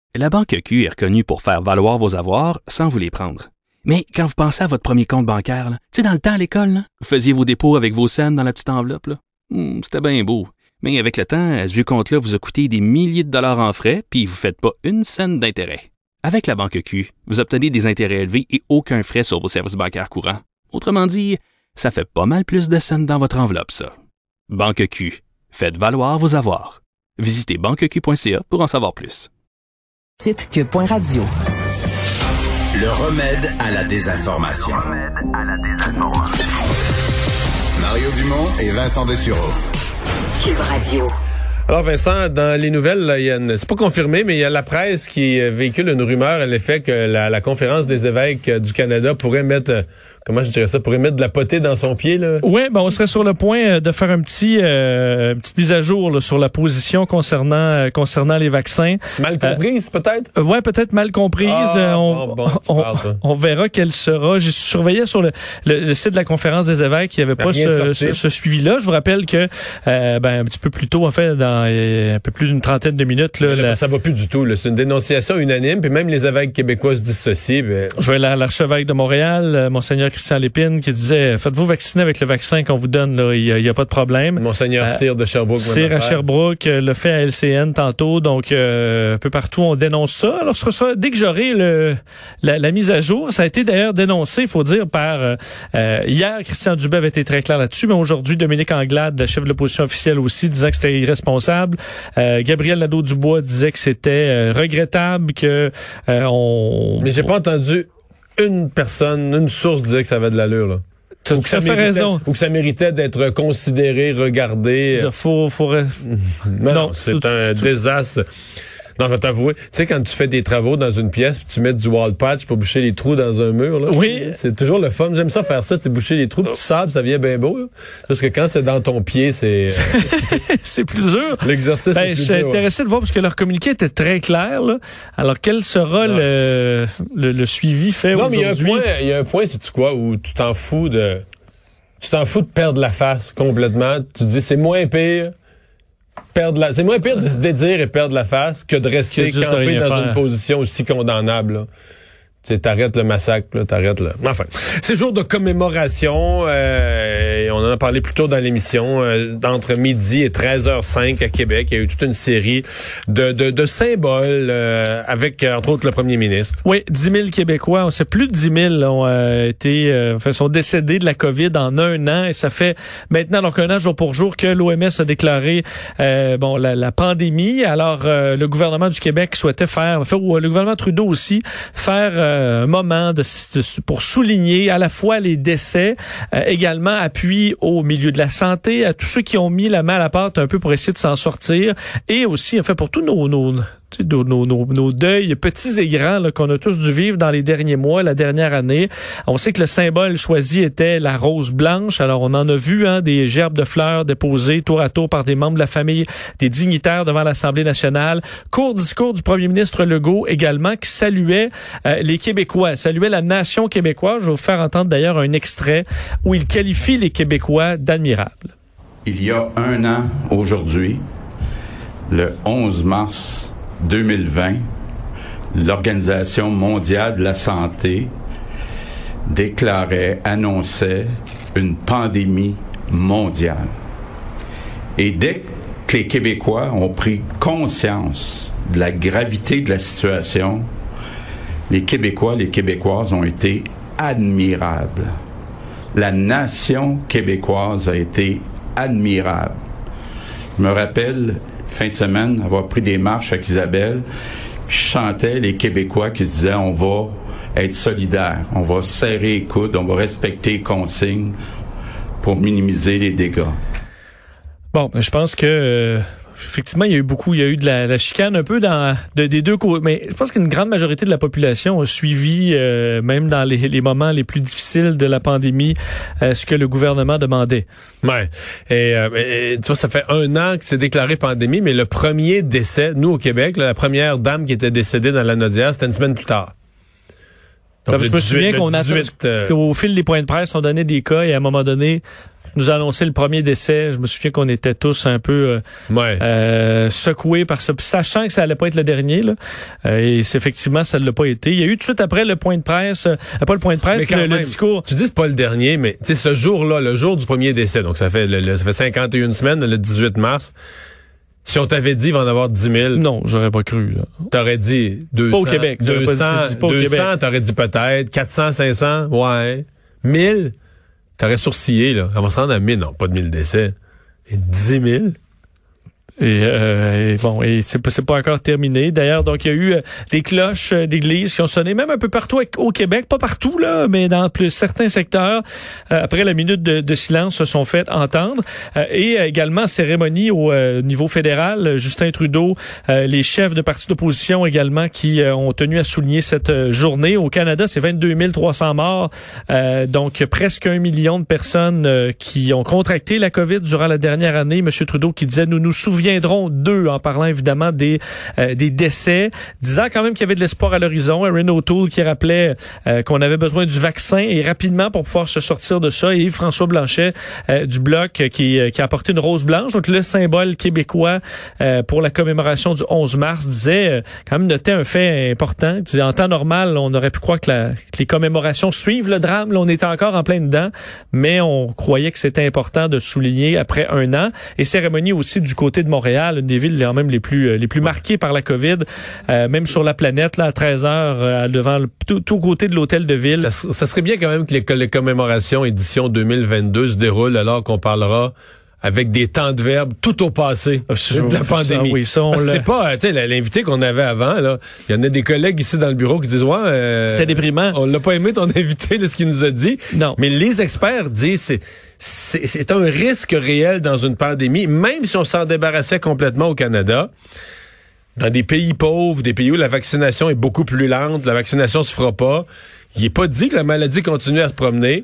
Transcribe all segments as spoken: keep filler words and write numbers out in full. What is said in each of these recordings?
La Banque Q est reconnue pour faire valoir vos avoirs sans vous les prendre. Mais quand vous pensez à votre premier compte bancaire, tu sais, dans le temps à l'école, là, vous faisiez vos dépôts avec vos scènes dans la petite enveloppe. Là. Hum, c'était bien beau. Mais avec le temps, ce vieux compte-là vous a coûté des milliers de dollars en frais, puis vous ne faites pas une scène d'intérêt. Avec la Banque Q, vous obtenez des intérêts élevés et aucun frais sur vos services bancaires courants. Autrement dit, ça fait pas mal plus de scènes dans votre enveloppe, ça. Banque Q. Faites valoir vos avoirs. Visitez banque q point c a pour en savoir plus. Site Q point radio. Le remède à la désinformation. Le remède à la désinformation. Mario Dumont et Vincent Dessureau. Cube Radio. Alors Vincent, dans les nouvelles, là, il y a une, c'est pas confirmé, mais il y a la presse qui véhicule une rumeur à l'effet que la, la conférence des évêques du Canada pourrait mettre, comment je dirais ça, pourrait mettre de la potée dans son pied, là. Oui, ben on serait sur le point de faire un petit, euh, une petite mise à jour là, sur la position concernant euh, concernant les vaccins. Mal comprise, euh, peut-être. Euh, ouais, peut-être mal comprise. Ah, on, bon, bon, on, parles, on verra quelle sera. J'ai surveillé sur le, le, le site de la conférence des évêques, il n'y avait pas ce, ce, ce suivi-là. Je vous rappelle que euh, ben un petit peu plus tôt, en fait, dans euh, un peu plus d'une trentaine de minutes, là, là, la... ça va plus du tout. Là. C'est une dénonciation unanime, puis même les évêques québécois se dissocient. Ben... Je vois l'archevêque de Montréal, euh, Monseigneur Christian Lépine, qui disait, faites-vous vacciner avec le vaccin qu'on vous donne, là, il n'y a, a pas de problème. Monseigneur euh, Cyr de Sherbrooke. Cyr à Sherbrooke, euh, le fait à L C N tantôt, donc euh, un peu partout on dénonce ça. Alors ce sera, dès que j'aurai le, la, la mise à jour, ça a été d'ailleurs dénoncé, il faut dire, par euh, euh, hier, Christian Dubé avait été très clair là-dessus, mais aujourd'hui, Dominique Anglade, la chef de l'opposition officielle aussi, disant que c'était irresponsable. Euh, Gabriel Nadeau-Dubois disait que c'était euh, regrettable, que euh, on... Mais j'ai pas entendu une personne, une source dire que ça avait de l'allure, là. Tu ou, que ça fait raison. ou que ça méritait d'être considéré, regardé. Faut, faut... non, non, c'est tout, un tout, désastre. Non, je vais t'avouer, tu sais, quand tu fais des travaux dans une pièce, puis tu mets du wall patch pour boucher les trous dans un mur, là. Oui. C'est toujours le fun. J'aime ça faire ça, tu sais, boucher les trous, puis tu sables, ça vient bien beau, là. Parce que quand c'est dans ton pied, c'est... c'est plus dur. L'exercice ben, est plus je suis dur. intéressé de voir, parce que leur communiqué était très clair, là. Alors, quel sera le, le, le suivi fait non, aujourd'hui? Non, mais il y a un point, il y a un point, c'est-tu quoi, où tu t'en fous de... Tu t'en fous de perdre la face complètement. Tu te dis, c'est moins pire... Perdre la... C'est moins pire de se dédire et perdre la face que de rester que campé dans faire. Une position aussi condamnable. Là. Tu sais, t'arrêtes le massacre, là, t'arrêtes le... Enfin, c'est jour de commémoration. Euh, on en a parlé plus tôt dans l'émission. Euh, entre midi et treize heures cinq à Québec, il y a eu toute une série de, de, de symboles euh, avec, entre autres, le premier ministre. Oui, dix mille Québécois, on sait plus de dix mille ont euh, été, euh, enfin, sont décédés de la COVID en un an. Et ça fait maintenant, donc un an jour pour jour, que l'O M S a déclaré euh, bon la, la pandémie. Alors, euh, le gouvernement du Québec souhaitait faire, enfin, ou le gouvernement Trudeau aussi, faire... Euh, un moment de, de, pour souligner à la fois les décès, euh, également appui au milieu de la santé, à tous ceux qui ont mis la main à la pâte un peu pour essayer de s'en sortir, et aussi, en fait, pour tous nos, nos, nos, nos, nos, nos deuils petits et grands là, qu'on a tous dû vivre dans les derniers mois, la dernière année. On sait que le symbole choisi était la rose blanche. Alors, on en a vu hein, des gerbes de fleurs déposées tour à tour par des membres de la famille, des dignitaires devant l'Assemblée nationale. Court discours du premier ministre Legault également qui saluait euh, les Québécois, saluait la nation québécoise. Je vais vous faire entendre d'ailleurs un extrait où il qualifie les Québécois d'admirables. Il y a un an aujourd'hui, le onze mars deux mille vingt, l'Organisation mondiale de la santé déclarait, annonçait une pandémie mondiale. Et dès que les Québécois ont pris conscience de la gravité de la situation, les Québécois, les Québécoises ont été admirables. La nation québécoise a été admirable. Je me rappelle, fin de semaine, avoir pris des marches avec Isabelle, puis je chantais les Québécois qui se disaient « on va être solidaires, on va serrer les coudes, on va respecter les consignes pour minimiser les dégâts ». Bon, je pense que... Euh Effectivement, il y a eu beaucoup, il y a eu de la, la chicane un peu dans de, des deux côtés, mais je pense qu'une grande majorité de la population a suivi, euh, même dans les, les moments les plus difficiles de la pandémie, euh, ce que le gouvernement demandait. Ouais. Et, euh, et tu vois, ça fait un an que c'est déclaré pandémie, mais le premier décès, nous au Québec, là, la première dame qui était décédée dans la Naudière, c'était une semaine plus tard. Donc, je me souviens qu'on a euh... qu'au fil des points de presse, on donnait des cas et à un moment donné, nous a annoncé le premier décès. Je me souviens qu'on était tous un peu euh, ouais. euh, secoués par ça, sachant que ça allait pas être le dernier. Là. Euh, et c'est, effectivement, ça ne l'a pas été. Il y a eu tout de suite après le point de presse, euh, pas le point de presse, le, même, le discours. Tu dis c'est pas le dernier, mais tu sais ce jour-là, le jour du premier décès, donc ça fait le, le, ça fait cinquante et une semaines, le dix-huit mars. Si on t'avait dit il va en avoir dix mille. Non, j'aurais pas cru. Là. T'aurais dit deux cents. Pas au Québec. deux cents, pas dit, pas au deux cents Québec. T'aurais dit peut-être. quatre cents, cinq cents, ouais. mille, t'aurais sourcillé, là. On va se rendre à mille. Non, pas de mille décès. Et dix mille. Et, euh, et bon, et c'est pas, c'est pas encore terminé. D'ailleurs, donc il y a eu euh, des cloches euh, d'église qui ont sonné même un peu partout au Québec, pas partout là, mais dans plus certains secteurs. Euh, après la minute de, de silence, se sont fait entendre. Euh, et euh, également cérémonie au euh, niveau fédéral. Justin Trudeau, euh, les chefs de partis d'opposition également qui euh, ont tenu à souligner cette euh, journée. Au Canada, c'est vingt-deux mille trois cents morts, euh, donc presque un million de personnes euh, qui ont contracté la COVID durant la dernière année. Monsieur Trudeau qui disait nous nous souviendrons d'eux, en parlant évidemment des euh, des décès, disant quand même qu'il y avait de l'espoir à l'horizon. Erin O'Toole qui rappelait euh, qu'on avait besoin du vaccin et rapidement pour pouvoir se sortir de ça. Et François Blanchet euh, du Bloc qui, euh, qui a apporté une rose blanche, donc le symbole québécois euh, pour la commémoration du onze mars, disait euh, quand même notait un fait important. Il disait, en temps normal, on aurait pu croire que, la, que les commémorations suivent le drame. Là, on était encore en plein dedans, mais on croyait que c'était important de souligner après un an. Et cérémonie aussi du côté de Montréal, une des villes quand même les plus les plus marquées par la COVID, euh, même sur la planète, là, à treize heures, euh, devant le, tout, tout côté de l'hôtel de ville. Ça, ça serait bien quand même que les, que les commémorations édition deux mille vingt-deux se déroulent alors qu'on parlera avec des temps de verbe tout au passé de la pandémie. Ça, oui, ça, Parce que l'a... c'est pas, tu sais, l'invité qu'on avait avant, là, il y en a des collègues ici dans le bureau qui disent, ouais, euh, c'était déprimant. On l'a pas aimé ton invité de ce qu'il nous a dit. Non. Mais les experts disent, c'est, c'est, c'est un risque réel dans une pandémie, même si on s'en débarrassait complètement au Canada. Dans des pays pauvres, des pays où la vaccination est beaucoup plus lente, la vaccination se fera pas, il est pas dit que la maladie continue à se promener.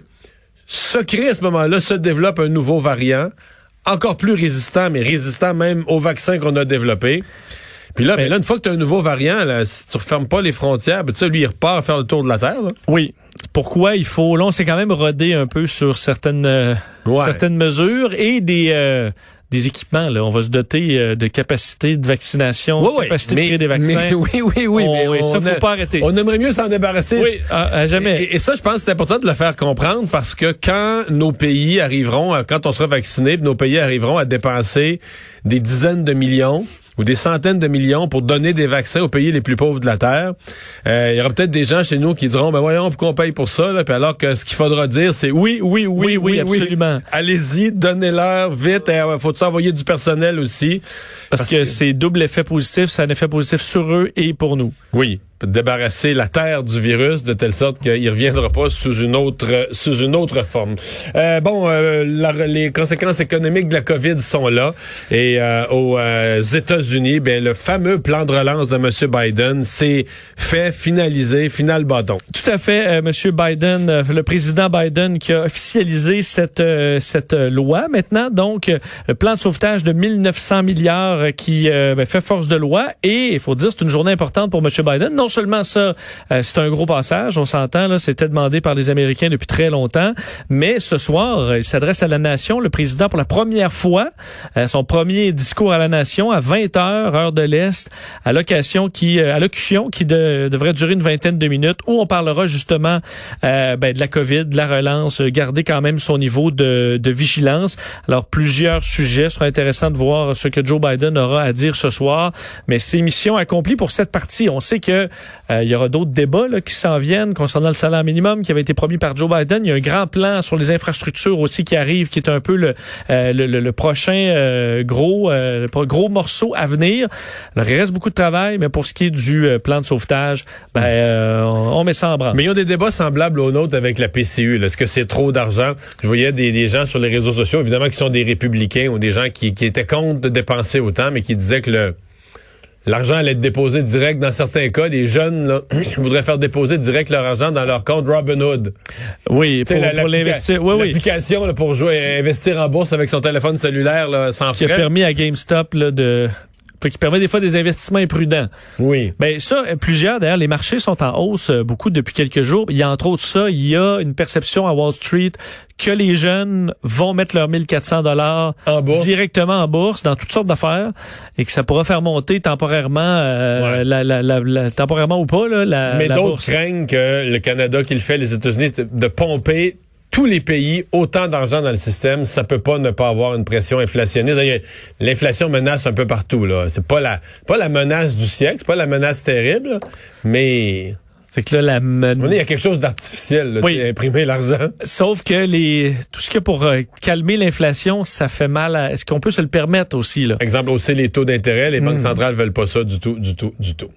Se crée à ce moment-là, se développe un nouveau variant, encore plus résistant, mais résistant même au vaccin qu'on a développé. Puis là, mais, mais là, une fois que tu as un nouveau variant, là, si tu refermes pas les frontières, ben, tu sais, lui, il repart à faire le tour de la Terre. Là. Oui. Pourquoi il faut... Là, on s'est quand même rodé un peu sur certaines, euh, ouais. certaines mesures et des... Euh, des équipements, là. On va se doter euh, de capacités de vaccination, oui, capacité oui, de créer des vaccins. Mais, oui, oui, oui. On, mais oui, on ça, faut a, pas arrêter. On aimerait mieux s'en débarrasser. Oui, à, à jamais. Et, et ça, je pense que c'est important de le faire comprendre parce que quand nos pays arriveront, quand on sera vacciné, nos pays arriveront à dépenser des dizaines de millions ou des centaines de millions pour donner des vaccins aux pays les plus pauvres de la Terre. Euh, il y aura peut-être des gens chez nous qui diront, ben voyons, pourquoi on paye pour ça? Là? Puis alors que ce qu'il faudra dire, c'est oui, oui, oui, oui, oui, oui, absolument. Oui. Allez-y, donnez-leur vite. Il euh, faut envoyer du personnel aussi. Parce, parce que, que c'est double effet positif, c'est un effet positif sur eux et pour nous. Oui. Débarrasser la Terre du virus de telle sorte qu'il reviendra pas sous une autre euh, sous une autre forme. Euh, bon, euh, la, les conséquences économiques de la COVID sont là et euh, aux euh, États-Unis, ben le fameux plan de relance de M. Biden s'est fait, finalisé, final bâton. Tout à fait, euh, M. Biden, euh, le président Biden qui a officialisé cette euh, cette euh, loi maintenant, donc euh, le plan de sauvetage de mille neuf cents milliards euh, qui euh, ben, fait force de loi et il faut dire c'est une journée importante pour M. Biden. Non seulement ça, euh, c'est un gros passage, on s'entend, là, c'était demandé par les Américains depuis très longtemps, mais ce soir, euh, il s'adresse à la nation, le président, pour la première fois, euh, son premier discours à la nation, à vingt heures, heure de l'Est, à l'occasion qui, euh, à l'allocution qui de, devrait durer une vingtaine de minutes, où on parlera justement euh, ben, de la COVID, de la relance, garder quand même son niveau de, de vigilance. Alors, plusieurs sujets, ce sera intéressant de voir ce que Joe Biden aura à dire ce soir, mais c'est mission accomplie pour cette partie. On sait que Euh, il y aura d'autres débats là, qui s'en viennent concernant le salaire minimum qui avait été promis par Joe Biden. Il y a un grand plan sur les infrastructures aussi qui arrive, qui est un peu le, euh, le, le, le prochain euh, gros, euh, gros morceau à venir. Alors, il reste beaucoup de travail, mais pour ce qui est du euh, plan de sauvetage, ben, euh, on, on met ça en branle. Mais il y a des débats semblables aux nôtres avec la P C U. Là. Est-ce que c'est trop d'argent? Je voyais des, des gens sur les réseaux sociaux, évidemment, qui sont des républicains ou des gens qui, qui étaient contre de dépenser autant, mais qui disaient que le l'argent allait être déposé direct. Dans certains cas, les jeunes là, voudraient faire déposer direct leur argent dans leur compte Robinhood. Oui, pour, la, pour l'investir. Oui, oui. L'application là, pour jouer, investir en bourse avec son téléphone cellulaire là, sans qui frais. a permis à GameStop là, de qui permet des fois des investissements imprudents. Oui. Ben ça, plusieurs, d'ailleurs, les marchés sont en hausse euh, beaucoup depuis quelques jours. Il y a entre autres ça, il y a une perception à Wall Street que les jeunes vont mettre leurs mille quatre cents dollars en bourse. directement en bourse dans toutes sortes d'affaires et que ça pourra faire monter temporairement, euh, ouais. la, la, la, la, temporairement ou pas, là, la, Mais la d'autres bourse. craignent que le Canada qui le fait, les États-Unis, de pomper tous les pays autant d'argent dans le système, ça peut pas ne pas avoir une pression inflationniste. L'inflation menace un peu partout, là. C'est pas la, pas la menace du siècle, c'est pas la menace terrible, là, mais... C'est que là, la... Il y a quelque chose d'artificiel, là, oui. imprimer l'argent. Sauf que les tout ce qu'il y a pour euh, calmer l'inflation, ça fait mal à... Est-ce qu'on peut se le permettre aussi, là? Exemple, hausser les taux d'intérêt. Les mmh. banques centrales veulent pas ça du tout, du tout, du tout.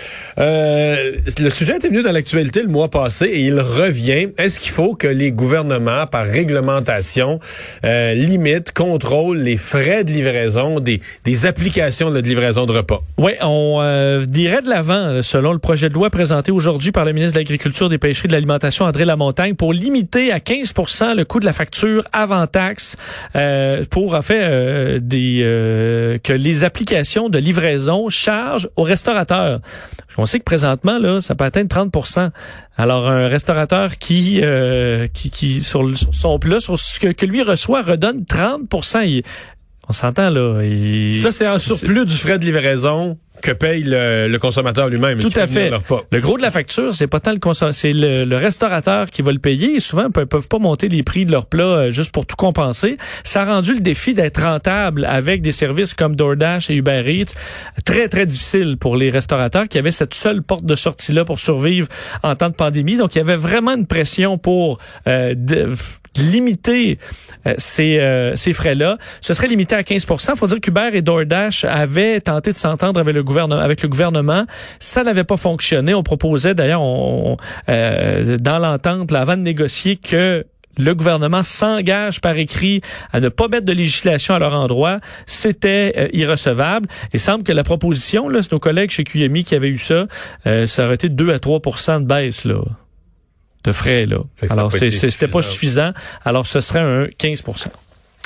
Euh, le sujet était venu dans l'actualité le mois passé et il revient. Est-ce qu'il faut que les gouvernements, par réglementation, euh, limitent, contrôlent les frais de livraison des, des applications de livraison de repas? Oui, on euh, dirait de l'avant, selon le projet de loi présenté aujourd'hui par le ministre de l'Agriculture, des Pêcheries et de l'Alimentation, André Lamontagne, pour limiter à quinze pour cent le coût de la facture avant taxe, euh, pour en fait euh, des euh, que les applications de livraison chargent aux restaurateurs. On sait que présentement, là, ça peut atteindre trente pour cent. Alors, un restaurateur qui, euh, qui, qui sur, le, sur son plat, sur ce que, que lui reçoit, redonne trente pour cent. Il, on s'entend, là. Il, ça, c'est en surplus du frais de livraison que paye le, le consommateur lui-même. Tout à fait. Le gros de la facture, c'est pas tant le consommateur, c'est le, le restaurateur qui va le payer. Et souvent, ils peuvent pas monter les prix de leur plat euh, juste pour tout compenser. Ça a rendu le défi d'être rentable avec des services comme DoorDash et Uber Eats très, très difficile pour les restaurateurs qui avaient cette seule porte de sortie-là pour survivre en temps de pandémie. Donc, il y avait vraiment une pression pour euh, de, limiter euh, ces, euh, ces frais-là. Ce serait limité à quinze pour cent. Il faut dire qu'Uber et DoorDash avaient tenté de s'entendre avec le gouvernement avec le gouvernement, ça n'avait pas fonctionné. On proposait d'ailleurs on, euh, dans l'entente là, avant de négocier que le gouvernement s'engage par écrit à ne pas mettre de législation à leur endroit. C'était euh, irrecevable. Il semble que la proposition, là, c'est nos collègues chez Q M I qui avaient eu ça, euh, ça aurait été deux à trois pour cent de baisse là, de frais. Là. Alors, c'est, c'est, c'était pas suffisant. Alors, ce serait un quinze pour cent.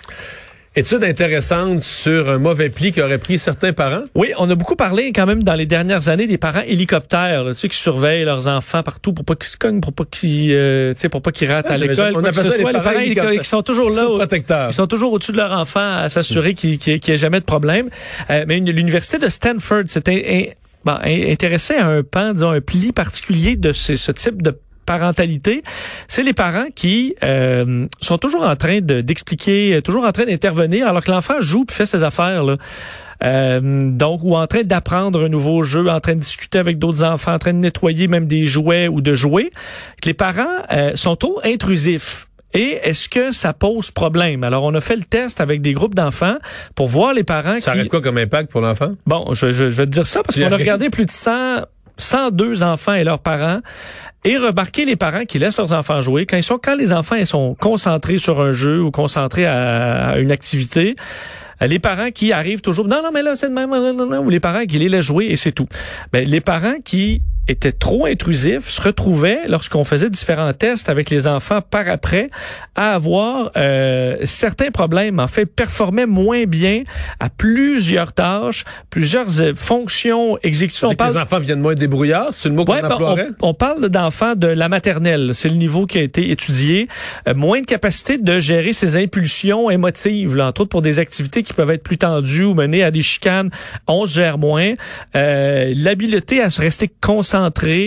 Étude intéressante sur un mauvais pli qui aurait pris certains parents. Oui, on a beaucoup parlé quand même dans les dernières années des parents hélicoptères, là, tu sais, qui surveillent leurs enfants partout pour pas qu'ils se cognent, pour pas qu'ils, euh, tu sais, pour pas qu'ils ratent ah, à l'école. On appelle ça les parents, parents hélicoptères qui sont toujours là, au, protecteurs. Ils sont toujours au-dessus de leur enfant à s'assurer mmh. qu'il qu'il n'y ait jamais de problème. Euh, mais une, l'université de Stanford s'était bon, intéressée à un pan, disons, un pli particulier de ce, ce type de parentalité, c'est les parents qui euh, sont toujours en train de, d'expliquer, toujours en train d'intervenir, alors que l'enfant joue puis fait ses affaires, là. Euh, donc, ou en train d'apprendre un nouveau jeu, en train de discuter avec d'autres enfants, en train de nettoyer même des jouets ou de jouer, que les parents euh, sont trop intrusifs. Et est-ce que ça pose problème? Alors, on a fait le test avec des groupes d'enfants pour voir les parents ça qui... Ça aurait quoi comme impact pour l'enfant? Bon, je, je, je vais te dire ça parce qu'on a regardé plus de cent... cent deux enfants et leurs parents et remarquer les parents qui laissent leurs enfants jouer quand ils sont quand les enfants ils sont concentrés sur un jeu ou concentrés à, à une activité. Les parents qui arrivent toujours non non mais là c'est de même non, non, non, ou les parents qui les laissent jouer et c'est tout. Ben les parents qui étaient trop intrusifs se retrouvaient lorsqu'on faisait différents tests avec les enfants par après à avoir euh, certains problèmes, en fait performaient moins bien à plusieurs tâches, plusieurs euh, fonctions exécutives. On parle... Les enfants viennent moins débrouillards, c'est le mot qu'on ouais, emploierait? On, on parle d'enfants de la maternelle, c'est le niveau qui a été étudié, euh, moins de capacité de gérer ses impulsions émotives, là, entre autres pour des activités qui peuvent être plus tendues ou mener à des chicanes, on se gère moins, euh, l'habileté à se rester concentré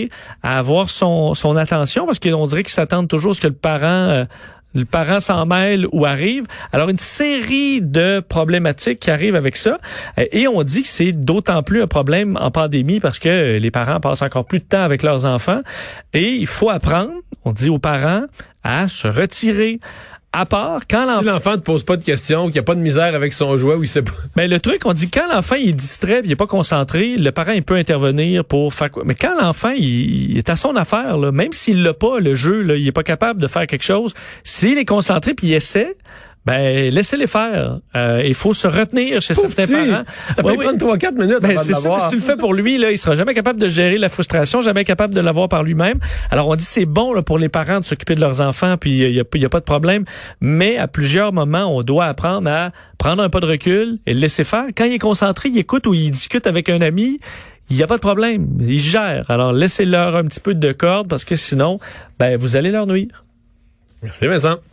à avoir son, son attention, parce qu'on dirait qu'ils s'attendent toujours à ce que le parent, euh, le parent s'en mêle ou arrive. Alors, une série de problématiques qui arrivent avec ça. Et on dit que c'est d'autant plus un problème en pandémie parce que les parents passent encore plus de temps avec leurs enfants. Et il faut apprendre, on dit aux parents, à se retirer. À part, quand l'enfant... Si l'enfant ne pose pas de questions, qu'il n'y a pas de misère avec son jouet ou il sait pas... Ben, le truc, on dit quand l'enfant il est distrait, il est pas concentré, le parent il peut intervenir pour faire quoi. Mais quand l'enfant il, il est à son affaire, là, même s'il l'a pas, le jeu, là, il est pas capable de faire quelque chose, s'il est concentré puis il essaie, ben laissez-les faire. Euh, il faut se retenir chez Pauvre certains petit. parents. Ça peut Ouais, prendre oui. trois quatre minutes Ben, avant c'est de ça, l'avoir. si tu le fais pour lui, là, il sera jamais capable de gérer la frustration, jamais capable de l'avoir par lui-même. Alors, on dit c'est bon là, pour les parents de s'occuper de leurs enfants, puis il n'y a, y a pas de problème. Mais à plusieurs moments, on doit apprendre à prendre un pas de recul et le laisser faire. Quand il est concentré, il écoute ou il discute avec un ami, il n'y a pas de problème. Il gère. Alors, laissez-leur un petit peu de corde parce que sinon, ben vous allez leur nuire. Merci Vincent.